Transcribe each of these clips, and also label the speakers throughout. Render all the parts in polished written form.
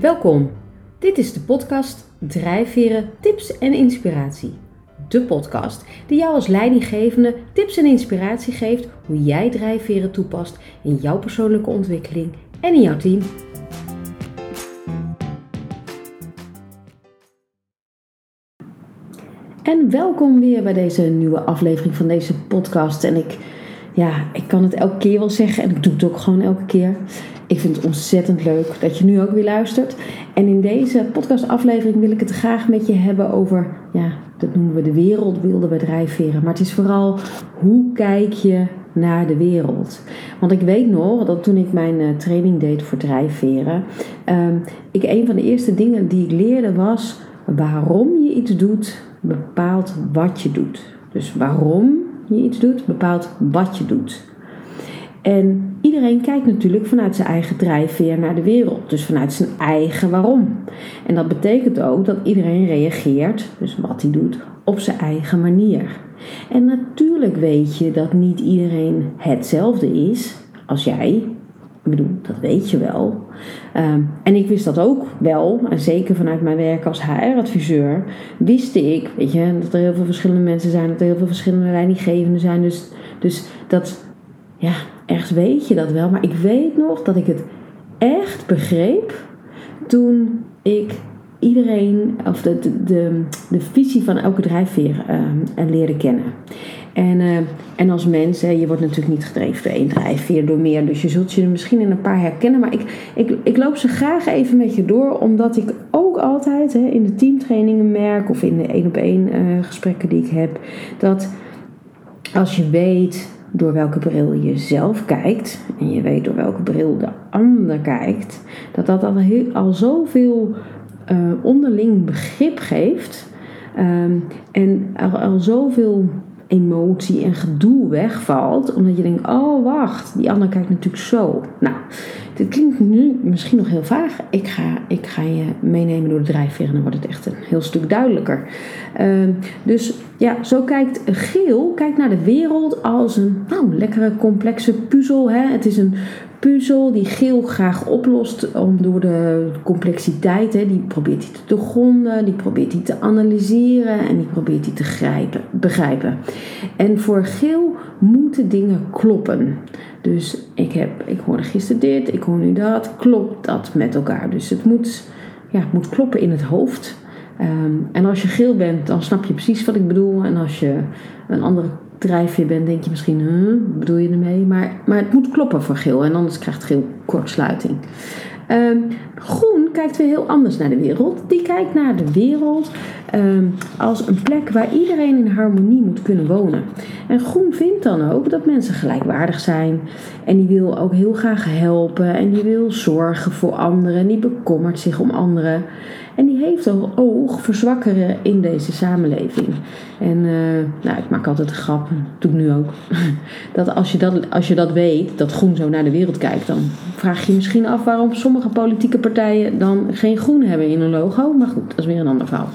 Speaker 1: Welkom, dit is de podcast Drijfveren, Tips en Inspiratie. De podcast die jou als leidinggevende tips en inspiratie geeft hoe jij drijfveren toepast in jouw persoonlijke ontwikkeling en in jouw team. En welkom weer bij deze nieuwe aflevering van deze podcast. En ik kan het elke keer wel zeggen en ik doe het ook gewoon elke keer. Ik vind het ontzettend leuk dat je nu ook weer luistert. En in deze podcastaflevering wil ik het graag met je hebben over, dat noemen we de wereldbeelden bij drijfveren. Maar het is vooral, hoe kijk je naar de wereld? Want ik weet nog dat toen ik mijn training deed voor drijfveren, een van de eerste dingen die ik leerde was, waarom je iets doet, bepaalt wat je doet. Dus waarom je iets doet, bepaalt wat je doet. En iedereen kijkt natuurlijk vanuit zijn eigen drijfveer naar de wereld. Dus vanuit zijn eigen waarom. En dat betekent ook dat iedereen reageert, dus wat hij doet, op zijn eigen manier. En natuurlijk weet je dat niet iedereen hetzelfde is als jij. Ik bedoel, dat weet je wel. En ik wist dat ook wel. En zeker vanuit mijn werk als HR-adviseur wist ik, dat er heel veel verschillende mensen zijn. Dat er heel veel verschillende leidinggevenden zijn. Dus dat, ergens weet je dat wel. Maar ik weet nog dat ik het echt begreep toen ik iedereen, of de visie van elke drijfveer leerde kennen. En als mens, je wordt natuurlijk niet gedreven door één drijfveer, door meer. Dus je zult je er misschien in een paar herkennen. Maar ik loop ze graag even met je door. Omdat ik ook altijd in de teamtrainingen merk, of in de 1-op-1 gesprekken die ik heb, dat als je weet door welke bril je zelf kijkt, en je weet door welke bril de ander kijkt, dat al zoveel onderling begrip geeft. En al zoveel emotie en gedoe wegvalt, omdat je denkt, oh wacht, die ander kijkt natuurlijk zo. Nou, dit klinkt nu misschien nog heel vaag. Ik ga je meenemen door de drijfveer en dan wordt het echt een heel stuk duidelijker. Dus zo kijkt Geel naar de wereld als een lekkere complexe puzzel. Het is een puzzel die Geel graag oplost door de complexiteit. Die probeert hij te doorgronden, die probeert hij te analyseren en die probeert hij te begrijpen. En voor Geel moeten dingen kloppen. Dus ik hoorde gisteren dit, ik hoor nu dat. Klopt dat met elkaar? Dus het moet kloppen in het hoofd. En als je Geel bent, dan snap je precies wat ik bedoel. En als je een andere drijfveer bent, denk je misschien, wat bedoel je ermee? Maar het moet kloppen voor Geel. En anders krijgt Geel kortsluiting. Groen kijkt weer heel anders naar de wereld. Die kijkt naar de wereld als een plek waar iedereen in harmonie moet kunnen wonen. En Groen vindt dan ook dat mensen gelijkwaardig zijn. En die wil ook heel graag helpen. En die wil zorgen voor anderen. En die bekommert zich om anderen. En die heeft een oog voor zwakkeren in deze samenleving. En ik maak altijd een grap, dat doe ik nu ook. Dat als je dat weet, dat Groen zo naar de wereld kijkt, dan vraag je je misschien af waarom sommige politieke partijen dan geen groen hebben in hun logo. Maar goed, dat is weer een ander verhaal.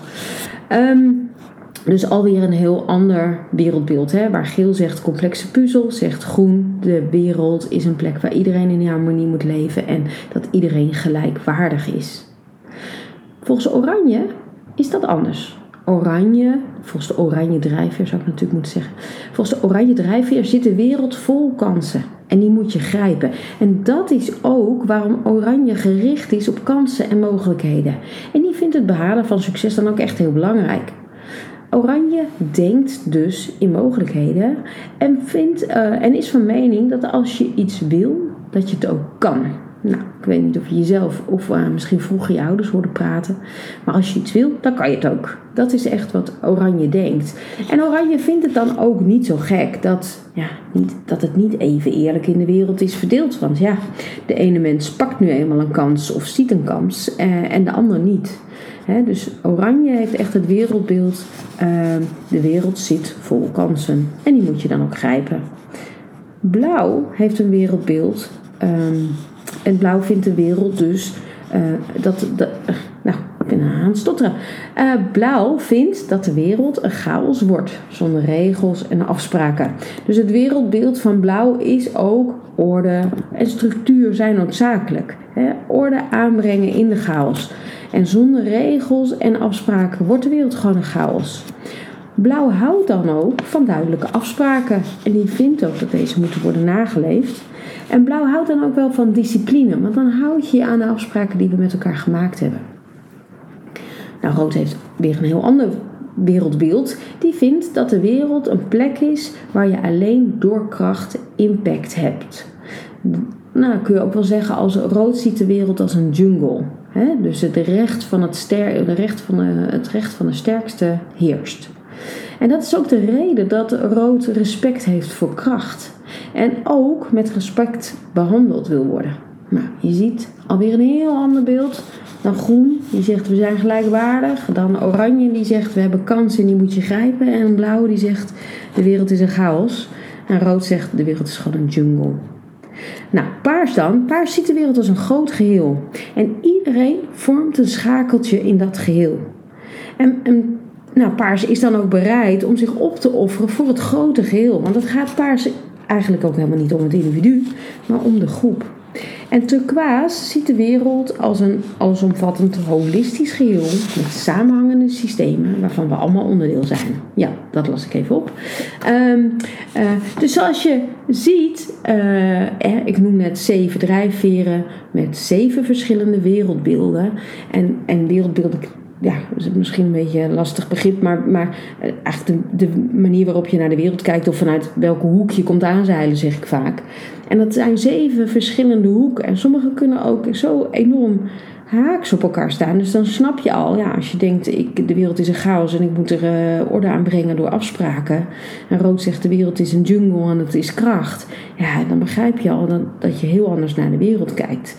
Speaker 1: Dus alweer een heel ander wereldbeeld. Waar Geel zegt complexe puzzel, zegt Groen, de wereld is een plek waar iedereen in harmonie moet leven en dat iedereen gelijkwaardig is. Volgens Oranje is dat anders. Volgens de oranje drijfveer zou ik natuurlijk moeten zeggen. Volgens de oranje drijfveer zit de wereld vol kansen. En die moet je grijpen. En dat is ook waarom Oranje gericht is op kansen en mogelijkheden. En die vindt het behalen van succes dan ook echt heel belangrijk. Oranje denkt dus in mogelijkheden en is van mening dat als je iets wil, dat je het ook kan. Nou, ik weet niet of je jezelf of misschien vroeger je ouders hoorde praten. Maar als je iets wil, dan kan je het ook. Dat is echt wat Oranje denkt. En Oranje vindt het dan ook niet zo gek dat het niet even eerlijk in de wereld is verdeeld. Want de ene mens pakt nu eenmaal een kans of ziet een kans en de ander niet. Dus Oranje heeft echt het wereldbeeld. De wereld zit vol kansen. En die moet je dan ook grijpen. Blauw heeft een wereldbeeld. En Blauw vindt de wereld dus ik vind ben aan het stotteren. Blauw vindt dat de wereld een chaos wordt, zonder regels en afspraken. Dus het wereldbeeld van blauw is ook orde en structuur zijn noodzakelijk. Orde aanbrengen in de chaos. En zonder regels en afspraken wordt de wereld gewoon een chaos. Blauw houdt dan ook van duidelijke afspraken. En die vindt ook dat deze moeten worden nageleefd. En blauw houdt dan ook wel van discipline. Want dan houd je je aan de afspraken die we met elkaar gemaakt hebben. Nou, rood heeft weer een heel ander wereldbeeld. Die vindt dat de wereld een plek is waar je alleen door kracht impact hebt. Nou, kun je ook wel zeggen als rood ziet de wereld als een jungle. Dus het recht van de sterkste heerst. En dat is ook de reden dat rood respect heeft voor kracht. En ook met respect behandeld wil worden. Nou, je ziet alweer een heel ander beeld dan groen. Die zegt we zijn gelijkwaardig. Dan oranje die zegt we hebben kansen en die moet je grijpen. En blauw die zegt de wereld is een chaos. En rood zegt de wereld is gewoon een jungle. Nou, paars dan. Paars ziet de wereld als een groot geheel. En iedereen vormt een schakeltje in dat geheel. En paars is dan ook bereid om zich op te offeren voor het grote geheel. Want het gaat paars eigenlijk ook helemaal niet om het individu, maar om de groep. En turquoise ziet de wereld als een allesomvattend holistisch geheel met samenhangende systemen waarvan we allemaal onderdeel zijn. Ja, dat las ik even op. Dus zoals je ziet, ik noem net 7 drijfveren met 7 verschillende wereldbeelden. En wereldbeelden, ja, dat is misschien een beetje een lastig begrip, maar eigenlijk de manier waarop je naar de wereld kijkt of vanuit welke hoek je komt aanzeilen, zeg ik vaak. En dat zijn 7 verschillende hoeken en sommige kunnen ook zo enorm haaks op elkaar staan. Dus dan snap je al, ja, als je denkt de wereld is een chaos en ik moet er orde aan brengen door afspraken. En rood zegt de wereld is een jungle en het is kracht. Ja, dan begrijp je al dat je heel anders naar de wereld kijkt.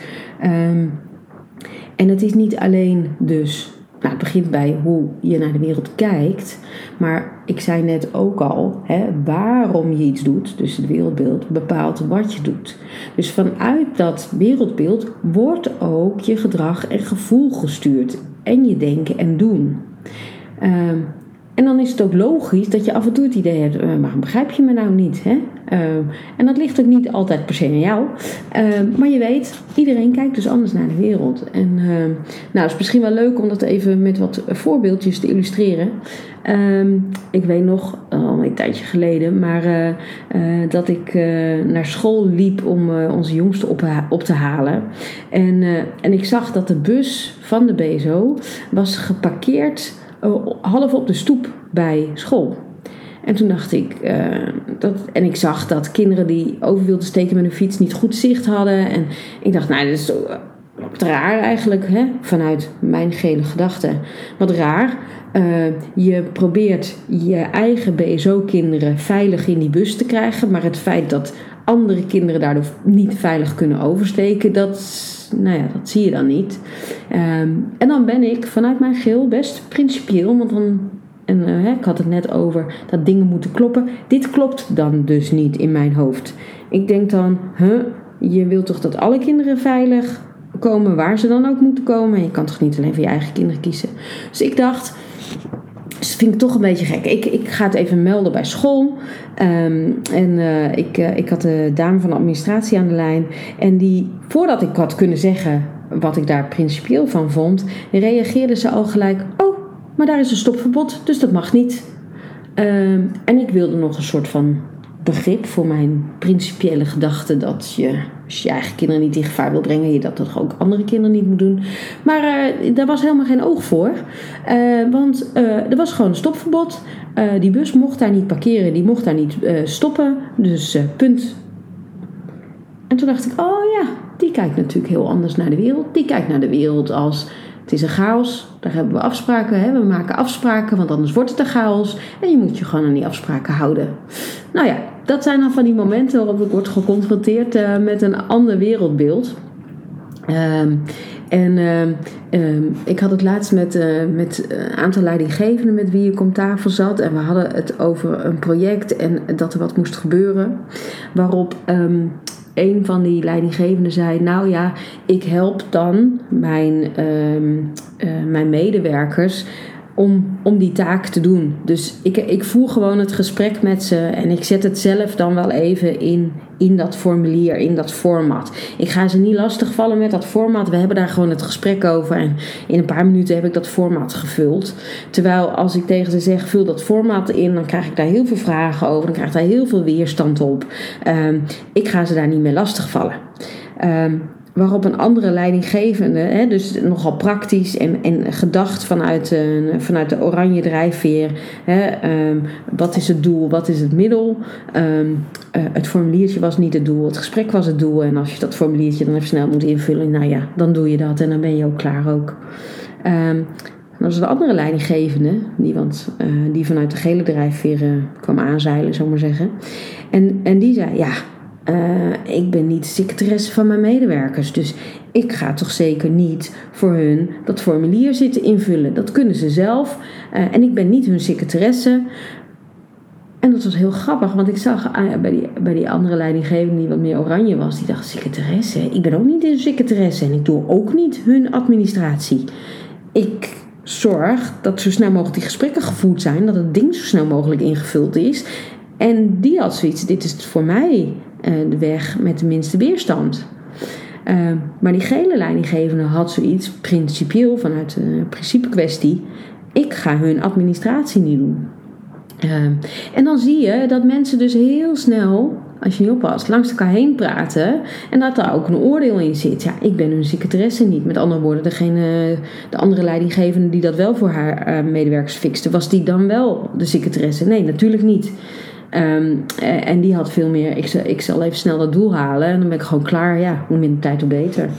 Speaker 1: En het is niet alleen dus... Nou, het begint bij hoe je naar de wereld kijkt. Maar ik zei net ook al, waarom je iets doet, dus het wereldbeeld, bepaalt wat je doet. Dus vanuit dat wereldbeeld wordt ook je gedrag en gevoel gestuurd. En je denken en doen. En dan is het ook logisch dat je af en toe het idee hebt, waarom begrijp je me nou niet? En dat ligt ook niet altijd per se aan jou. Maar je weet, iedereen kijkt dus anders naar de wereld. En het is misschien wel leuk om dat even met wat voorbeeldjes te illustreren. Ik weet nog, al een tijdje geleden, maar dat ik naar school liep om onze jongste op te halen. En ik zag dat de bus van de BSO was geparkeerd half op de stoep bij school. En toen dacht ik, en ik zag dat kinderen die over wilden steken met hun fiets niet goed zicht hadden. En ik dacht, dat is wat raar eigenlijk, vanuit mijn gele gedachten. Wat raar. Je probeert je eigen BSO-kinderen veilig in die bus te krijgen. Maar het feit dat andere kinderen daardoor niet veilig kunnen oversteken, dat zie je dan niet. En dan ben ik vanuit mijn geel best principieel, want dan... ik had het net over dat dingen moeten kloppen. Dit klopt dan dus niet in mijn hoofd. Ik denk dan, je wilt toch dat alle kinderen veilig komen waar ze dan ook moeten komen. En je kan toch niet alleen voor je eigen kinderen kiezen. Dus ik dacht, dat vind ik toch een beetje gek. Ik ga het even melden bij school. Ik had de dame van de administratie aan de lijn. En die, voordat ik had kunnen zeggen wat ik daar principieel van vond, reageerde ze al gelijk, maar daar is een stopverbod, dus dat mag niet. En ik wilde nog een soort van begrip voor mijn principiële gedachte dat je, als je eigen kinderen niet in gevaar wil brengen, je dat toch ook andere kinderen niet moet doen. Maar daar was helemaal geen oog voor. Want er was gewoon een stopverbod. Die bus mocht daar niet parkeren, die mocht daar niet stoppen. Dus punt. En toen dacht ik, die kijkt natuurlijk heel anders naar de wereld. Die kijkt naar de wereld als... Het is een chaos, daar hebben we afspraken. We maken afspraken, want anders wordt het een chaos. En je moet je gewoon aan die afspraken houden. Nou ja, dat zijn dan van die momenten waarop ik word geconfronteerd met een ander wereldbeeld. Ik had het laatst met een aantal leidinggevenden met wie ik om tafel zat. En we hadden het over een project en dat er wat moest gebeuren. Waarop een van die leidinggevenden zei, nou ja, ik help dan mijn medewerkers om die taak te doen. Dus ik voer gewoon het gesprek met ze en ik zet het zelf dan wel even in dat formulier, in dat format. Ik ga ze niet lastigvallen met dat format. We hebben daar gewoon het gesprek over en in een paar minuten heb ik dat format gevuld. Terwijl als ik tegen ze zeg, vul dat format in, dan krijg ik daar heel veel vragen over, dan krijg ik daar heel veel weerstand op. Ik ga ze daar niet mee lastigvallen. Waarop een andere leidinggevende, dus nogal praktisch en gedacht vanuit de oranje drijfveer. Wat is het doel, wat is het middel? Het formuliertje was niet het doel, het gesprek was het doel. En als je dat formuliertje dan even snel moet invullen, nou ja, dan doe je dat en dan ben je ook klaar ook. Dat was de andere leidinggevende, die vanuit de gele drijfveer kwam aanzeilen, zou ik maar zeggen. En die zei, ja, ik ben niet de secretaresse van mijn medewerkers, dus ik ga toch zeker niet voor hun dat formulier zitten invullen. Dat kunnen ze zelf en ik ben niet hun secretaresse. En dat was heel grappig, want ik zag bij die andere leidinggevende die wat meer oranje was, die dacht, secretaresse? Ik ben ook niet hun secretaresse en ik doe ook niet hun administratie. Ik zorg dat zo snel mogelijk die gesprekken gevoerd zijn, dat het ding zo snel mogelijk ingevuld is. En die had zoiets, dit is voor mij de weg met de minste weerstand. Maar die gele leidinggevende had zoiets principieel vanuit de principe kwestie. Ik ga hun administratie niet doen. En dan zie je dat mensen dus heel snel, als je niet oppast, langs elkaar heen praten. En dat daar ook een oordeel in zit. Ja, ik ben hun secretaresse niet. Met andere woorden, de andere leidinggevende die dat wel voor haar medewerkers fixte, was die dan wel de secretaresse? Nee, natuurlijk niet. En die had veel meer, ik zal even snel dat doel halen en dan ben ik gewoon klaar. Ja, hoe minder tijd hoe beter.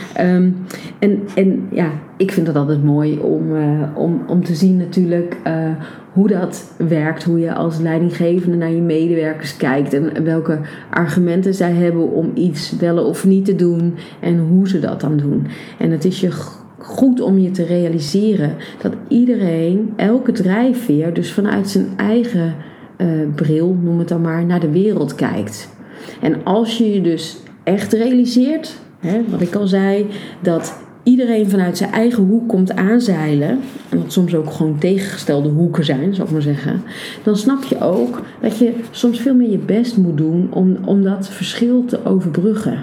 Speaker 1: En ja, ik vind het altijd mooi om te zien natuurlijk hoe dat werkt. Hoe je als leidinggevende naar je medewerkers kijkt en welke argumenten zij hebben om iets wel of niet te doen en hoe ze dat dan doen. En het is je goed om je te realiseren dat iedereen, elke drijfveer, dus vanuit zijn eigen bril, noem het dan maar, naar de wereld kijkt. En als je je dus echt realiseert, wat ik al zei, dat iedereen vanuit zijn eigen hoek komt aanzeilen, en dat soms ook gewoon tegengestelde hoeken zijn, zou ik maar zeggen, dan snap je ook dat je soms veel meer je best moet doen om dat verschil te overbruggen.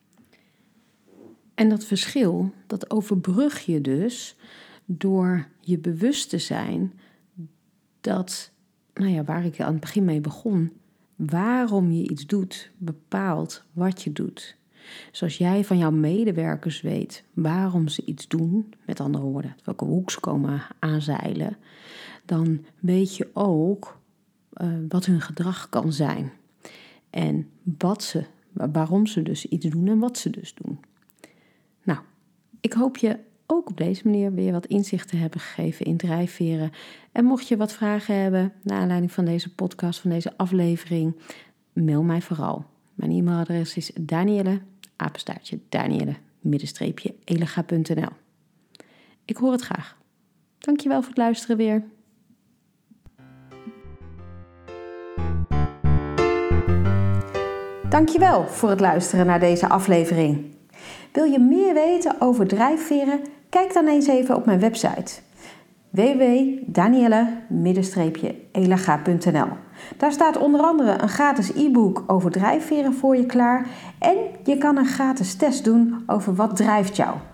Speaker 1: En dat verschil, dat overbrug je dus door je bewust te zijn dat, waar ik aan het begin mee begon, waarom je iets doet, bepaalt wat je doet. Zoals jij van jouw medewerkers weet waarom ze iets doen, met andere woorden, welke hoek ze komen aanzeilen, dan weet je ook wat hun gedrag kan zijn. En waarom ze dus iets doen en wat ze dus doen. Nou, ik hoop je ook op deze manier weer wat inzicht te hebben gegeven in drijfveren. En mocht je wat vragen hebben naar aanleiding van deze podcast, van deze aflevering, mail mij vooral. Mijn e-mailadres is danielle_elega.nl. Ik hoor het graag. Dankjewel voor het luisteren weer. Dankjewel voor het luisteren naar deze aflevering. Wil je meer weten over drijfveren? Kijk dan eens even op mijn website www.danielle_elega.nl. Daar staat onder andere een gratis e-book over drijfveren voor je klaar en je kan een gratis test doen over wat drijft jou.